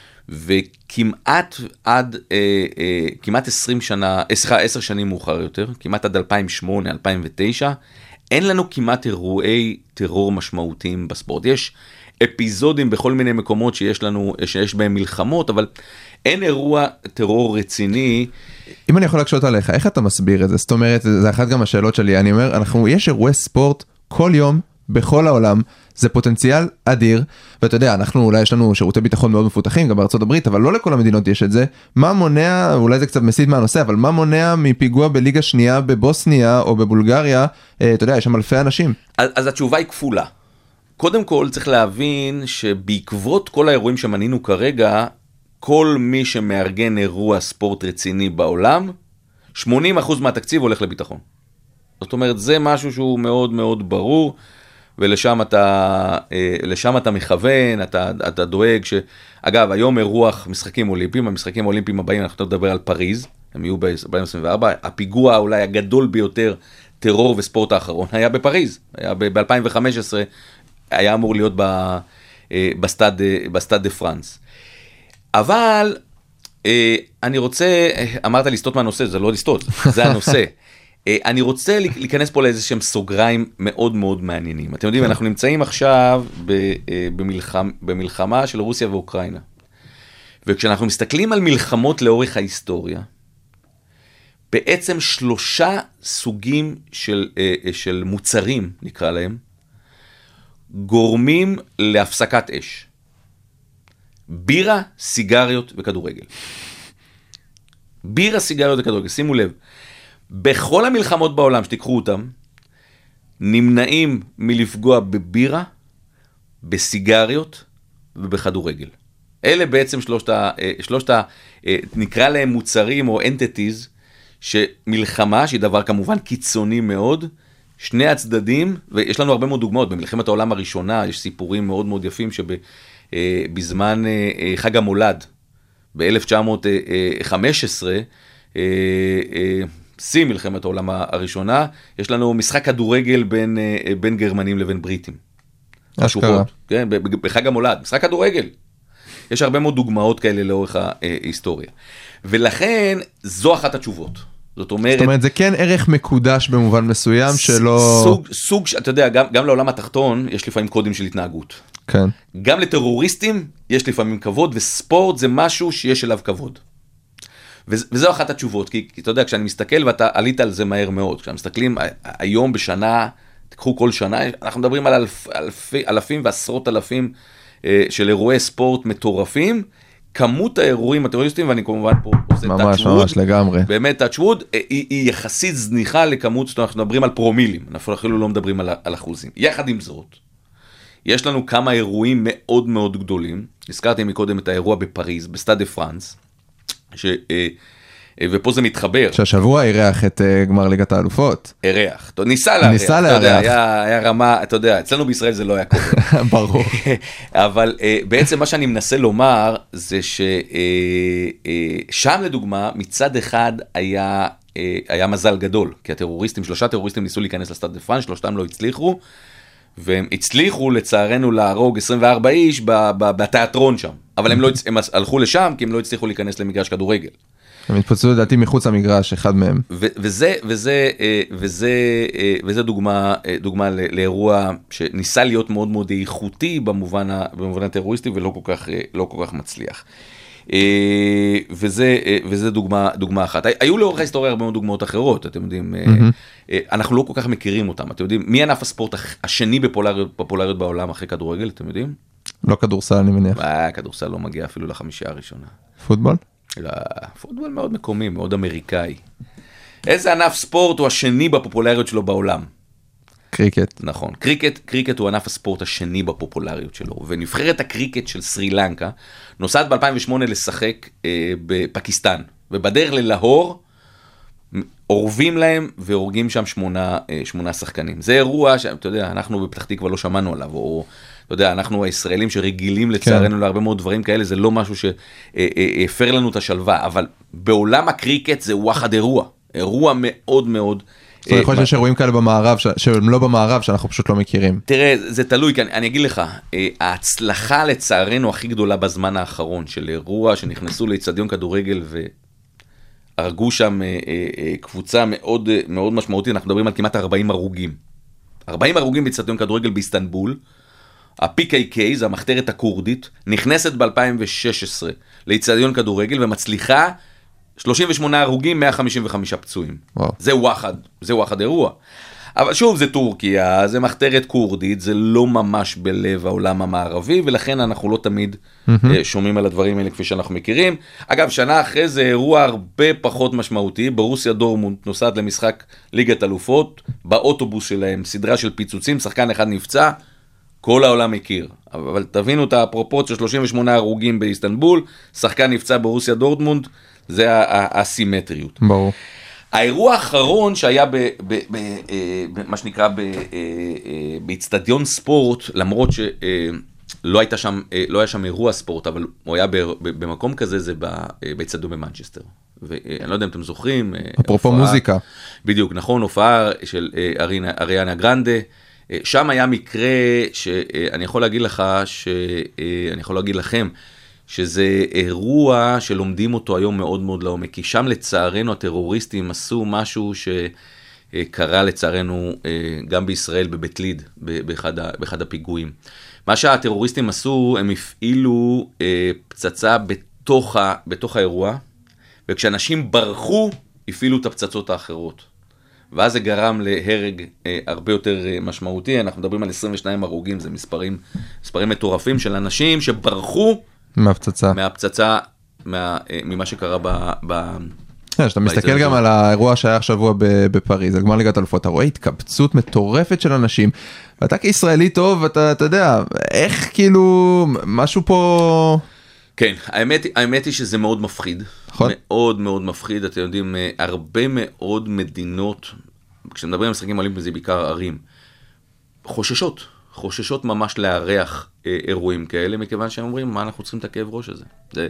וכמעט עד, אה, אה, כמעט עשרים שנה, סליחה, עשר שנים מאוחר יותר, כמעט עד אלפיים ושמונה, אלפיים ותשע, אין לנו כמעט אירועי טרור משמעותיים בספורט. יש אפיזודים בכל מיני מקומות שיש לנו, שיש בהם מלחמות, אבל אין אירוע טרור רציני. אם אני יכול להקשות עליך, איך אתה מסביר את זה? זאת אומרת, זה אחת גם השאלות שלי. אני אומר, אנחנו, יש אירועי ספורט כל יום, בכל העולם, זה פוטנציאל אדיר, ואתה יודע, אנחנו אולי יש לנו שירותי ביטחון מאוד מפותחים, גם בארצות הברית, אבל לא לכל המדינות יש את זה. מה מונע, אולי זה קצת מסית מהנושא, אבל מה מונע מפיגוע בליגה שנייה בבוסניה או בבולגריה? אתה יודע, יש שם אלפי אנשים. אז, אז התשובה היא כפולה. קודם כל צריך להבין שבעקבות כל האירועים שמנינו כרגע, כל מי שמארגן אירוע ספורט רציני בעולם, שמונים אחוז מהתקציב הולך לביטחון. זאת אומרת, זה משהו שהוא מאוד מאוד ברור, ולשם אתה, לשם אתה מכוון, אתה, אתה דואג ש... אגב, היום אירוח משחקים אולימפיים, המשחקים האולימפיים הבאים, אנחנו נדבר על פריז, הם יהיו ב-אלפיים עשרים וארבע, הפיגוע אולי הגדול ביותר, טרור וספורט האחרון, היה בפריז, היה ב-אלפיים וחמש עשרה, היה אמור להיות בסטאד, בסטאד דה פרנס. אבל אני רוצה, אמרת לסטות מהנושא, זה לא לסטות, זה הנושא. אני רוצה להיכנס פה לאיזה שהם סוגריים מאוד מאוד מעניינים. אתם יודעים, אנחנו נמצאים עכשיו במלחמה, במלחמה של רוסיה ואוקראינה. וכשאנחנו מסתכלים על מלחמות לאורך ההיסטוריה, בעצם שלושה סוגים של, של מוצרים, נקרא להם, גורמים להפסקת אש. בירה, סיגריות וכדורגל. בירה, סיגריות וכדורגל. שימו לב, בכל המלחמות בעולם שתיקחו אותם, נמנעים מלפגוע בבירה, בסיגריות ובכדורגל. אלה בעצם שלושת ה... שלושת ה... נקרא להם מוצרים או entities, שמלחמה, שהיא דבר כמובן קיצוני מאוד, שני הצדדים, ויש לנו הרבה מאוד דוגמאות, במלחמת העולם הראשונה יש סיפורים מאוד מאוד יפים שבזמן חג המולד, ב-אלף תשע מאות וחמש עשרה, שיא מלחמת העולם הראשונה, יש לנו משחק כדורגל בין, בין גרמנים לבין בריטים. אשכרה. כן, בחג המולד, משחק כדורגל. יש הרבה מאוד דוגמאות כאלה לאורך ההיסטוריה. ולכן, זו אחת התשובות. זאת אומרת... זאת אומרת, זה כן ערך מקודש במובן מסוים שלא... סוג, סוג, אתה יודע, גם, גם לעולם התחתון יש לפעמים קודים של התנהגות. כן. גם לטרוריסטים יש לפעמים כבוד, וספורט זה משהו שיש אליו כבוד. וזו אחת התשובות, כי, כי אתה יודע, כשאני מסתכל, ואתה עלית על זה מהר מאוד, כשאנחנו מסתכלים היום בשנה, תקחו כל שנה, אנחנו מדברים על אלפ, אלפי, אלפים ועשרות אלפים אה, של אירועי ספורט מטורפים, כמות האירועים הטרוריסטיים, ואני כמובן פה עושה ממש, ממש לגמרי. באמת טאצ'ווד, היא, היא יחסית זניחה לכמות, זאת אומרת, אנחנו מדברים על פרומילים, אנחנו אפילו לא מדברים על, על אחוזים. יחד עם זאת, יש לנו כמה אירועים מאוד מאוד גדולים, הזכרתי מקודם את האירוע בפריז, בסטאד דה פרנס, ש... ופה זה מתחבר. שהשבוע אירח את גמר ליגת האלופות. אירח, ניסה לארח. ניסה לארח. היה, היה רמה, אתה יודע, אצלנו בישראל זה לא היה קורה. ברור. אבל בעצם מה שאני מנסה לומר, זה ששם לדוגמה, מצד אחד היה, היה מזל גדול, כי הטרוריסטים, שלושה טרוריסטים ניסו להיכנס לסטאד דה פרנס, שלושתם לא הצליחו, והם הצליחו לצערנו להרוג עשרים וארבעה איש בתיאטרון שם, אבל הם, לא, הם הלכו לשם כי הם לא הצליחו להיכנס למגרש כדורגל. הם התפוצצו לדעתי מחוץ למגרש, אחד מהם. ו- וזה, וזה, וזה, וזה דוגמה, דוגמה לאירוע שניסה להיות מאוד מאוד איכותי במובן, ה- במובן הטרוריסטי ולא כל כך, לא כל כך מצליח. וזה, וזה דוגמה, דוגמה אחת. היו לאורך ההיסטוריה הרבה מאוד דוגמאות אחרות, אתם יודעים, אנחנו לא כל כך מכירים אותם, אתם יודעים, מי ענף הספורט השני בפופולריות, בפופולריות בעולם אחרי כדורגל, אתם יודעים? לא כדורסל, אני מניח. כדורסל לא מגיע אפילו לחמישייה הראשונה. פוטבול? לא, פוטבול מאוד מקומי, מאוד אמריקאי. איזה ענף ספורט הוא השני בפופולריות שלו בעולם? קריקט. נכון, קריקט, קריקט הוא ענף הספורט השני בפופולריות שלו, ונבחרת הקריקט של סרי לנקה נוסעת ב-אלפיים ושמונה לשחק אה, בפקיסטן, ובדרך ללהור עורבים להם והורגים שם שמונה, אה, שמונה שחקנים. זה אירוע שאתה יודע, אנחנו בפתח תקווה לא שמענו עליו, או אתה יודע, אנחנו הישראלים שרגילים לצערנו כן. להרבה מאוד דברים כאלה, זה לא משהו שהפר לנו את השלווה, אבל בעולם הקריקט זה וואחד אירוע, אירוע מאוד מאוד זאת אומרת, יכול להיות שיש אירועים כאלה במערב, שהם לא במערב, שאנחנו פשוט לא מכירים. תראה, זה תלוי, כי אני אגיד לך, ההצלחה לצערנו הכי גדולה בזמן האחרון, של אירוע שנכנסו לאצטדיון כדורגל והרגו שם קבוצה מאוד מאוד משמעותית, אנחנו מדברים על כמעט ארבעים הרוגים. ארבעים הרוגים באצטדיון כדורגל באיסטנבול, ה-פי קיי קיי, זה המחתרת הקורדית, נכנסת ב-אלפיים ושש עשרה לאצטדיון כדורגל ומצליחה שלושים ושמונה הרוגים, מאה חמישים וחמישה פצועים. וואו. זה וואחד, זה וואחד אירוע. אבל שוב, זה טורקיה, זה מחתרת קורדית, זה לא ממש בלב העולם המערבי, ולכן אנחנו לא תמיד mm-hmm. שומעים על הדברים האלה כפי שאנחנו מכירים. אגב, שנה אחרי זה אירוע הרבה פחות משמעותי, ברוסיה דורטמונד נוסעת למשחק ליגת אלופות, באוטובוס שלהם, סדרה של פיצוצים, שחקן אחד נפצע, כל העולם מכיר. אבל תבינו את הפרופורציה, שלושים ושמונה הרוגים באיסטנבול, שחקן נפצע ברוסיה דורטמונד, זה הסימטריות. ברור. האירוע האחרון שהיה במה שנקרא באצטדיון ספורט, למרות שלא הייתה שם, לא היה שם אירוע ספורט, אבל הוא היה במקום כזה, זה באצטדיון במנצ'סטר. ואני לא יודע אם אתם זוכרים. אפרופו מוזיקה. בדיוק, נכון, הופעה של אריאנה גרנדה. שם היה מקרה שאני יכול להגיד לך, שאני יכול להגיד לכם, שזה אירוע שלומדים אותו היום מאוד מאוד לעומק, כי שם לצערנו הטרוריסטים עשו משהו שקרה לצערנו גם בישראל בבית ליד, באחד, באחד הפיגועים. מה שהטרוריסטים עשו, הם הפעילו פצצה בתוך, ה, בתוך האירוע, וכשאנשים ברחו, הפעילו את הפצצות האחרות. ואז זה גרם להרג הרבה יותר משמעותי, אנחנו מדברים על עשרים ושניים הרוגים, זה מספרים, מספרים מטורפים של אנשים שברחו, מהפצצה. מהפצצה, מה, ממה שקרה ב... ב שאתה מסתכל גם על האירוע שהיה השבוע בפריז, על גמר ליגת האלופות, אתה רואה התקבצות מטורפת של אנשים, ואתה כישראלי טוב, אתה, אתה יודע, איך כאילו, משהו פה... כן, האמת, האמת היא שזה מאוד מפחיד. נכון. מאוד מאוד מפחיד, אתם יודעים, הרבה מאוד מדינות, כשמדברים על משחקים אולימפיים, זה בעיקר ערים, חוששות. חוששות ממש לארח אירועים כאלה, מכיוון שהם אומרים, מה אנחנו צריכים את הכאב ראש הזה? זה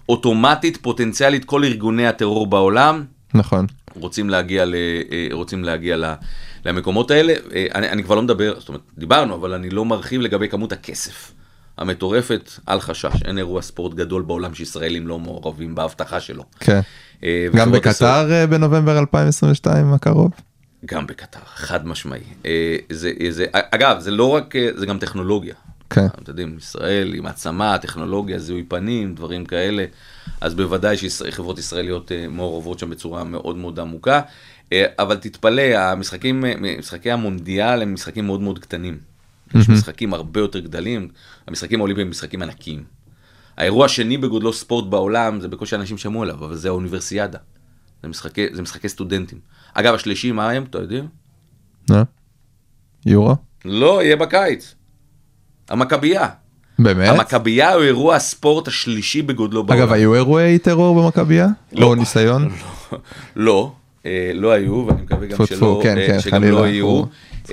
אוטומטית, פוטנציאלית, כל ארגוני הטרור בעולם, נכון. רוצים להגיע, ל, רוצים להגיע ל, למקומות האלה. אני, אני כבר לא מדבר, זאת אומרת, דיברנו, אבל אני לא מרחיב לגבי כמות הכסף המטורפת, על חשש. אין אירוע ספורט גדול בעולם שישראלים לא מעורבים בהבטחה שלו. כן. גם בקטר בנובמבר אלפיים עשרים ושתיים הקרוב? גם בקטר, חד משמעי. זה, זה, אגב, זה לא רק, זה גם טכנולוגיה. כן. אתם יודעים, ישראל עם עצמה, טכנולוגיה, זיהוי פנים, דברים כאלה, אז בוודאי שחברות ישראליות מעורבות שם בצורה מאוד מאוד עמוקה, אבל תתפלא, המשחקים, משחקי המונדיאל הם משחקים מאוד מאוד קטנים. יש משחקים הרבה יותר גדלים, המשחקים האולימפיים הם משחקים ענקיים. האירוע השני בגודלו ספורט בעולם, זה בקושי אנשים שמעו עליו, אבל זה האוניברסיאדה. זה משחקי, זה משחקי סטודנטים. אגב, השלישי, מה הם? אתה יודע? לא. יורו? לא, יהיה בקיץ. המכבייה. באמת? המכבייה הוא אירוע הספורט השלישי בגודלו בעולם. אגב, היו אירועי טרור במכבייה? לא. או ניסיון? לא. לא. לא היו, ואני מקווה גם שלא, שגם לא יהיו.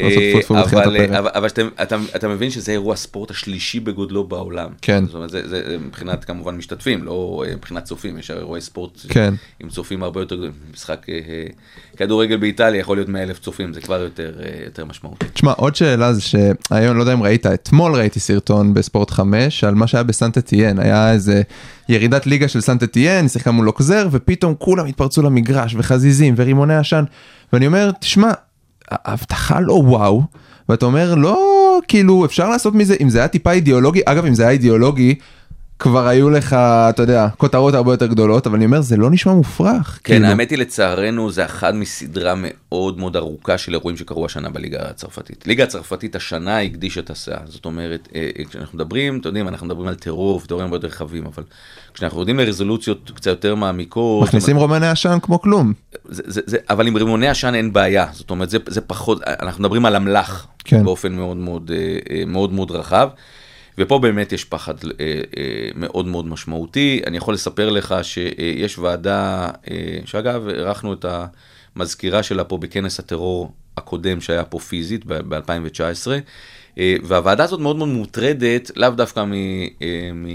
אבל אתה מבין שזה אירוע הספורט השלישי בגודלו בעולם. כן. זאת אומרת, זה מבחינת כמובן משתתפים, לא מבחינת צופים, יש אירועי ספורט עם צופים הרבה יותר, משחק כדורגל באיטליה יכול להיות מאה אלף צופים, זה כבר יותר משמעותי. תשמע, עוד שאלה זה שהיום, לא יודע אם ראית, אתמול ראיתי סרטון בספורט חמש, על מה שהיה בסנט אתיין, היה איזה ירידת ליגה של סנט אתיין, שיחקה מול אוקזר, ופתאום כולם התפרצו למגרש, וחזיזים, ורימוני עשן, ואני אומר, תשמע, ההבטחה לא וואו, ואתה אומר, לא, כאילו, אפשר לעשות מזה, אם זה היה טיפה אידיאולוגי, אגב, אם זה היה אידיאולוגי, כבר היו לך, אתה יודע, כותרות הרבה יותר גדולות, אבל אני אומר, זה לא נשמע מופרך. כן, כאילו. האמת היא לצערנו, זה אחד מסדרה מאוד מאוד ארוכה של אירועים שקרו השנה בליגה הצרפתית. ליגה הצרפתית השנה הקדיש את הסאה, זאת אומרת, כשאנחנו מדברים, אתם יודעים, אנחנו מדברים על טרור ותיאורים הרבה יותר רחבים, אבל כשאנחנו יודעים לרזולוציות קצת יותר מעמיקות... מכניסים רימוני עשן כמו כלום. זה, זה, זה, אבל עם רימוני עשן אין בעיה, זאת אומרת, זה, זה פחות, אנחנו מדברים על המלח, כן. באופן מאוד מאוד, מאוד מאוד רחב. ופה באמת יש פחד אה, אה, מאוד מאוד משמעותי. אני יכול לספר לך שיש ועדה, אה, שאגב, ערכנו את המזכירה שלה פה בכנס הטרור הקודם שהיה פה פיזית ב-אלפיים תשע עשרה, אה, והוועדה הזאת מאוד מאוד מוטרדת, לאו דווקא מ, אה, מ,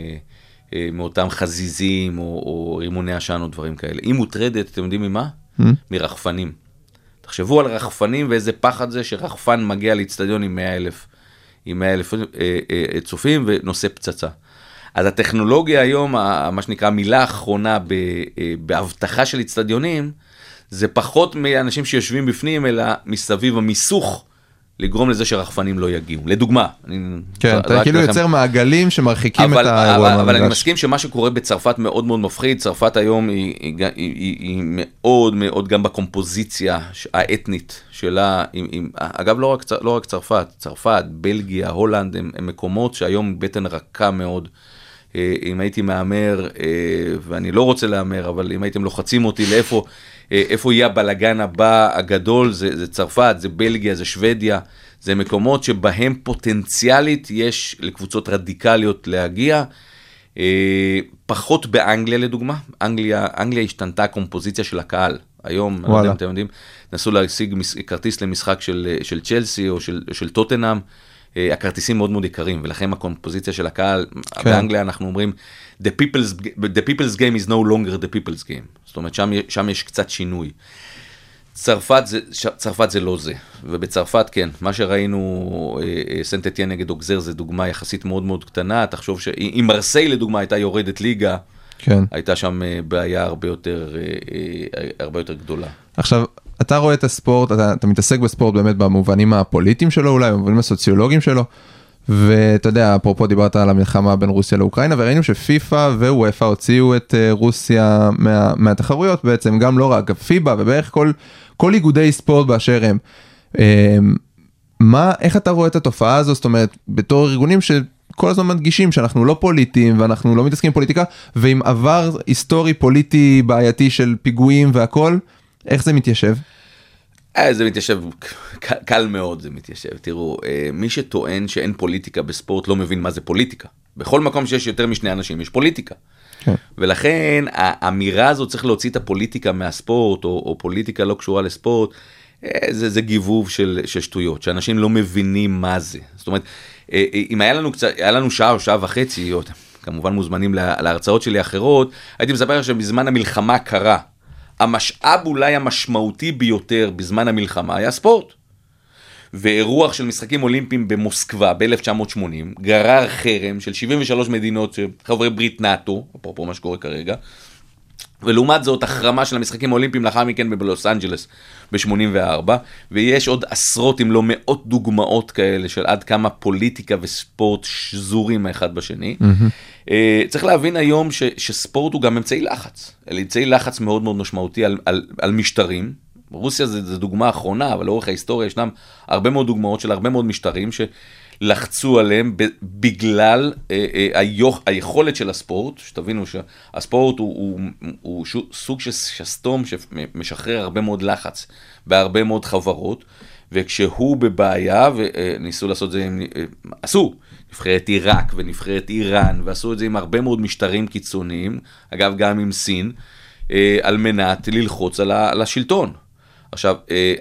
אה, מאותם חזיזים או, או רימוני עשן או דברים כאלה. היא מוטרדת, אתם יודעים ממה? Mm. מרחפנים. תחשבו על רחפנים ואיזה פחד זה שרחפן מגיע לאצטדיון עם מאה אלף עם מאה אלף צופים ונושא פצצה. אז הטכנולוגיה היום, מה שנקרא המילה האחרונה בהבטחה של אצטדיונים, זה פחות מאנשים שיושבים בפנים, אלא מסביב המיסוך, לגרום לזה שרחפנים לא יגיעו. לדוגמה. כן, אתה כאילו יוצר מעגלים שמרחיקים את האירוע. אבל אני מסכים שמה שקורה בצרפת מאוד מאוד מפחיד. צרפת היום היא מאוד מאוד גם בקומפוזיציה האתנית שלה. אגב, לא רק צרפת, צרפת, בלגיה, הולנד, הם מקומות שהיום בטן רכה מאוד. אם הייתי מאמר, ואני לא רוצה לאמר, אבל אם הייתם לוחצים אותי לאיפה, איפה יהיה הבלגן הבא הגדול, זה, זה צרפת, זה בלגיה, זה שוודיה, זה מקומות שבהם פוטנציאלית יש לקבוצות רדיקליות להגיע, פחות באנגליה לדוגמה, אנגליה, אנגליה השתנתה הקומפוזיציה של הקהל, היום, אני לא יודע אם אתם יודעים, נסו להשיג כרטיס למשחק של, של צ'לסי או של, של טוטנהאם, הכרטיסים מאוד מאוד יקרים, ולכן הקומפוזיציה של הקהל, כן. באנגליה אנחנו אומרים, the people's, the people's game is no longer the people's game. זאת אומרת, שם, שם יש קצת שינוי. צרפת זה, צרפת זה לא זה. ובצרפת, כן, מה שראינו, סנט אתיין נגד אוקזר, זה דוגמה יחסית מאוד מאוד קטנה. תחשוב שאם מרסיי לדוגמה הייתה יורדת ליגה, כן. הייתה שם בעיה הרבה יותר, הרבה יותר גדולה. עכשיו, אתה רואה את הספורט, אתה, אתה מתעסק בספורט באמת במובנים הפוליטיים שלו אולי, במובנים הסוציולוגיים שלו, ואתה יודע, אפרופו דיברת על המלחמה בין רוסיה לאוקראינה, וראינו שפיפה ואוופא הוציאו את רוסיה מה, מהתחרויות בעצם, גם לא רק, פיבה ובערך כל, כל איגודי ספורט באשר הם. מה, איך אתה רואה את התופעה הזו? זאת אומרת, בתור ארגונים שכל הזמן מדגישים שאנחנו לא פוליטיים, ואנחנו לא מתעסקים בפוליטיקה, ועם עבר היסטורי פוליטי בעייתי של פיגועים והכל, איך זה מתיישב? זה מתיישב, קל מאוד זה מתיישב. תראו, מי שטוען שאין פוליטיקה בספורט לא מבין מה זה פוליטיקה. בכל מקום שיש יותר משני אנשים יש פוליטיקה. כן. ולכן האמירה הזאת צריך להוציא את הפוליטיקה מהספורט, או, או פוליטיקה לא קשורה לספורט, זה, זה גיבוב של, של שטויות, שאנשים לא מבינים מה זה. זאת אומרת, אם היה לנו, קצת, היה לנו שעה או שעה וחצי, כמובן מוזמנים להרצאות שלי אחרות, הייתי מספר שבזמן המלחמה קרה, המשאב אולי המשמעותי ביותר בזמן המלחמה היה ספורט. ואירוח של משחקים אולימפיים במוסקבה ב-אלף תשע מאות שמונים, גרר חרם של שבעים ושלוש מדינות חברי ברית נאטו, אפרופו מה שקורה כרגע, ולעומת זאת החרמה של המשחקים האולימפיים לאחר מכן בלוס אנג'לס ב-שמונים וארבע, ויש עוד עשרות אם לא מאות דוגמאות כאלה של עד כמה פוליטיקה וספורט שזורים האחד בשני. Mm-hmm. Uh, צריך להבין היום ש- שספורט הוא גם אמצעי לחץ, אמצעי לחץ מאוד מאוד משמעותי על, על, על משטרים. רוסיה זה, זה דוגמה האחרונה, אבל לאורך ההיסטוריה ישנם הרבה מאוד דוגמאות של הרבה מאוד משטרים שלחצו עליהם בגלל אה, אה, היוכ, היכולת של הספורט, שתבינו שהספורט הוא, הוא, הוא סוג של שסתום שמשחרר הרבה מאוד לחץ בהרבה מאוד חברות, וכשהוא בבעיה, וניסו לעשות את זה, עם, עשו, נבחרת עיראק ונבחרת איראן, ועשו את זה עם הרבה מאוד משטרים קיצוניים, אגב גם עם סין, אה, על מנת ללחוץ על, ה, על השלטון. עכשיו,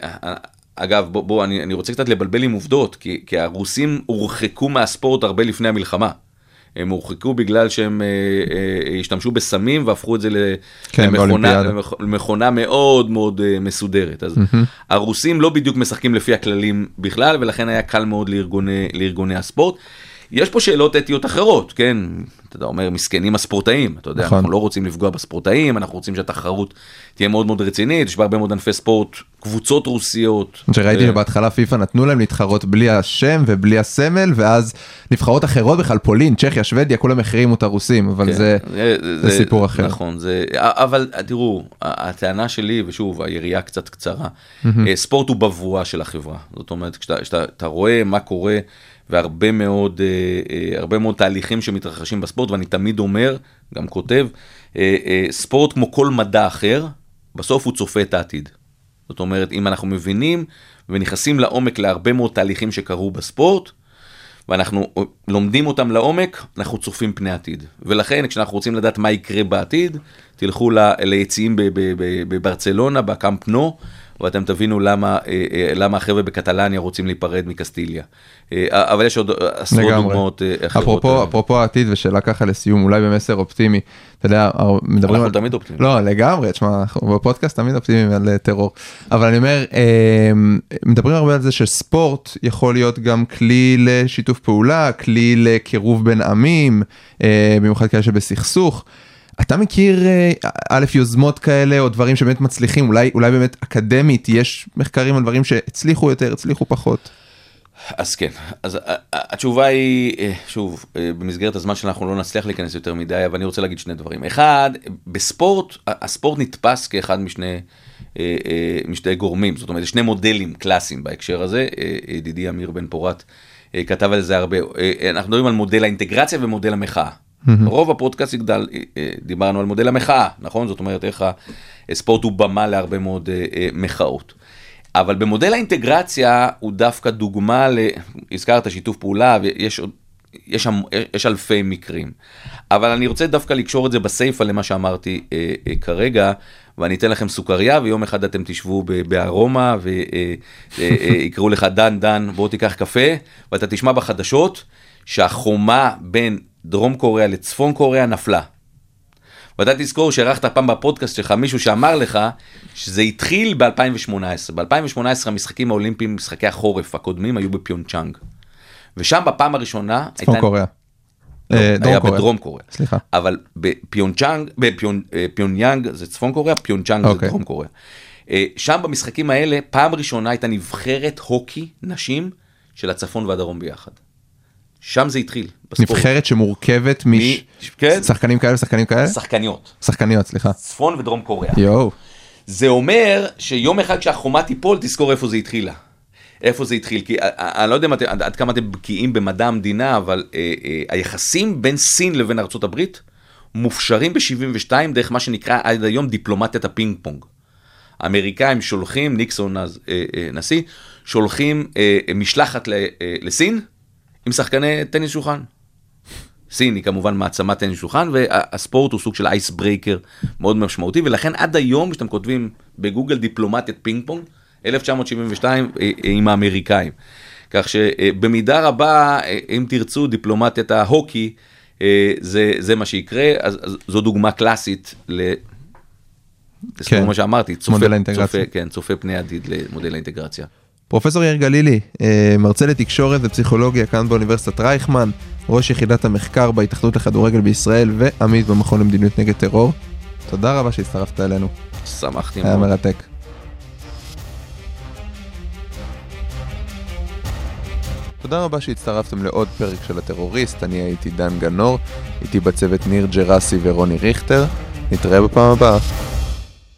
אגב, בוא, בוא, אני, אני רוצה קצת לבלבל עם עובדות, כי, כי הרוסים הורחקו מהספורט הרבה לפני המלחמה. הם הורחקו בגלל שהם אה, אה, השתמשו בסמים, והפכו את זה כן, למכונה, למכונה מאוד מאוד אה, מסודרת. אז mm-hmm. הרוסים לא בדיוק משחקים לפי הכללים בכלל, ולכן היה קל מאוד לארגוני, לארגוני הספורט. יש פה שאלות אתיות אחרות, כן? אתה יודע, אומר, מסכנים הספורטאים, אתה יודע, נכון. אנחנו לא רוצים לפגוע בספורטאים, אנחנו רוצים שהתחרות תהיה מאוד מאוד רצינית, יש בה הרבה מאוד ענפי ספורט, קבוצות רוסיות. שראיתי שבהתחלה פיפה נתנו להם להתחרות בלי השם ובלי הסמל, ואז נבחרות אחרות בכלל, פולין, צ'כיה, שוודיה, כולם החרימו את הרוסים, אבל כן, זה, זה, זה, זה סיפור אחר. נכון, זה, אבל תראו, הטענה שלי, ושוב, היריעה קצת קצרה, mm-hmm. ספורט הוא בבואה של החברה, זאת אומרת, כשאתה, כשאתה רואה מה קורה, והרבה מאוד, הרבה מאוד תהליכים שמתרחשים בספורט, ואני תמיד אומר, גם כותב, ספורט כמו כל מדע אחר, בסוף הוא צופה את העתיד. זאת אומרת, אם אנחנו מבינים ונכנסים לעומק להרבה מאוד תהליכים שקרו בספורט, ואנחנו לומדים אותם לעומק, אנחנו צופים פני עתיד. ולכן, כשאנחנו רוצים לדעת מה יקרה בעתיד, תלכו ליציאים בברצלונה, בקאמפ נו, ואתם תבינו למה, למה החבר'ה בקטלניה רוצים להיפרד מקסטיליה. אבל יש עוד עשרות דוגמאות אחרות. אפרופו, אפרופו העתיד, ושאלה ככה לסיום, אולי במסר אופטימי, אתה יודע, מדברים אנחנו על... תמיד אופטימיים. לא, לגמרי, תשמע, בפודקאסט תמיד אופטימיים על טרור. אבל אני אומר, מדברים הרבה על זה שספורט יכול להיות גם כלי לשיתוף פעולה, כלי לקירוב בין עמים, במיוחד כאלה שבסכסוך. אתה מכיר א' יוזמות כאלה, או דברים שבאמת מצליחים, אולי, אולי באמת אקדמית, יש מחקרים על דברים שהצליחו יותר, הצליחו פחות? אז כן, אז התשובה היא, שוב, במסגרת הזמן שאנחנו לא נצליח להיכנס יותר מדי, אבל אני רוצה להגיד שני דברים. אחד, בספורט, הספורט נתפס כאחד משני, משני גורמים, זאת אומרת, שני מודלים קלאסיים בהקשר הזה, ידידי אמיר בן פורת כתב על זה הרבה, אנחנו מדברים על מודל האינטגרציה ומודל המחאה. רוב הפודקאסט יגדל, דיברנו על מודל המחאה, נכון? זאת אומרת, איך הספורט הוא במה להרבה מאוד מחאות. אבל במודל האינטגרציה הוא דווקא דוגמה, הזכרת שיתוף פעולה, ויש יש, יש אלפי מקרים. אבל אני רוצה דווקא לקשור את זה בסייפה למה שאמרתי כרגע, ואני אתן לכם סוכריה, ויום אחד אתם תשבו בארומה, ויקראו לך דן, דן, בוא תיקח קפה, ואתה תשמע בחדשות, שהחומה בין דרום קוריאה לצפון קוריאה נפלה. ואתה תזכור שערכת פעם בפודקאסט שלך מישהו שאמר לך שזה התחיל ב-אלפיים שמונה עשרה. ב-אלפיים שמונה עשרה המשחקים האולימפיים, משחקי החורף הקודמים, היו בפיונצ'אנג. ושם בפעם הראשונה... צפון הייתה... קוריאה. לא, היה קוריאה. בדרום קוריאה. סליחה. אבל בפיונצ'אנג, בפיוניאנג זה צפון קוריאה, פיונצ'אנג okay. זה דרום קוריאה. שם במשחקים האלה, פעם ראשונה הייתה נבחרת הוקי נשים של הצפון והדרום ביחד. שם זה התחיל. בספורט. נבחרת שמורכבת משחקנים מ... כן? כאלה ושחקנים כאלה? שחקניות. שחקניות, סליחה. צפון ודרום קוריאה. יואו. זה אומר שיום אחד כשהחומה תיפול, תזכור איפה זה התחילה. איפה זה התחיל, כי אני לא יודע עד, עד כמה אתם בקיאים במדע המדינה, אבל אה, אה, היחסים בין סין לבין ארצות הברית, מופשרים ב-שבעים ושתיים דרך מה שנקרא עד היום דיפלומטיית הפינג פונג. האמריקאים שולחים, ניקסון אז, אה, אה, נשיא, שולחים אה, משלחת ל, אה, לסין, עם שחקני טניס שולחן. סין היא כמובן מעצמת טניס שולחן, והספורט הוא סוג של אייס ברייקר מאוד משמעותי, ולכן עד היום, כשאתם כותבים בגוגל דיפלומטיית פינג פונג, אלף תשע מאות שבעים ושתיים עם האמריקאים. כך שבמידה רבה, אם תרצו דיפלומטיית ההוקי, זה, זה מה שיקרה, אז, אז זו דוגמה קלאסית ל... כן. מה שאמרתי, צופה, מודל האינטגרציה. צופה, כן, צופה פני עתיד למודל האינטגרציה. פרופסור יאיר גלילי, מרצה לתקשורת ופסיכולוגיה כאן באוניברסיטת רייכמן, ראש יחידת המחקר בהתאחדות לכדורגל בישראל ועמית במכון למדיניות נגד טרור. תודה רבה שהצטרפת אלינו. שמחתי היה מאוד. מרתק. תודה רבה שהצטרפתם לעוד פרק של הטרוריסט, אני הייתי דן גנור, איתי בצוות ניר ג'רסי ורוני ריכטר, נתראה בפעם הבאה.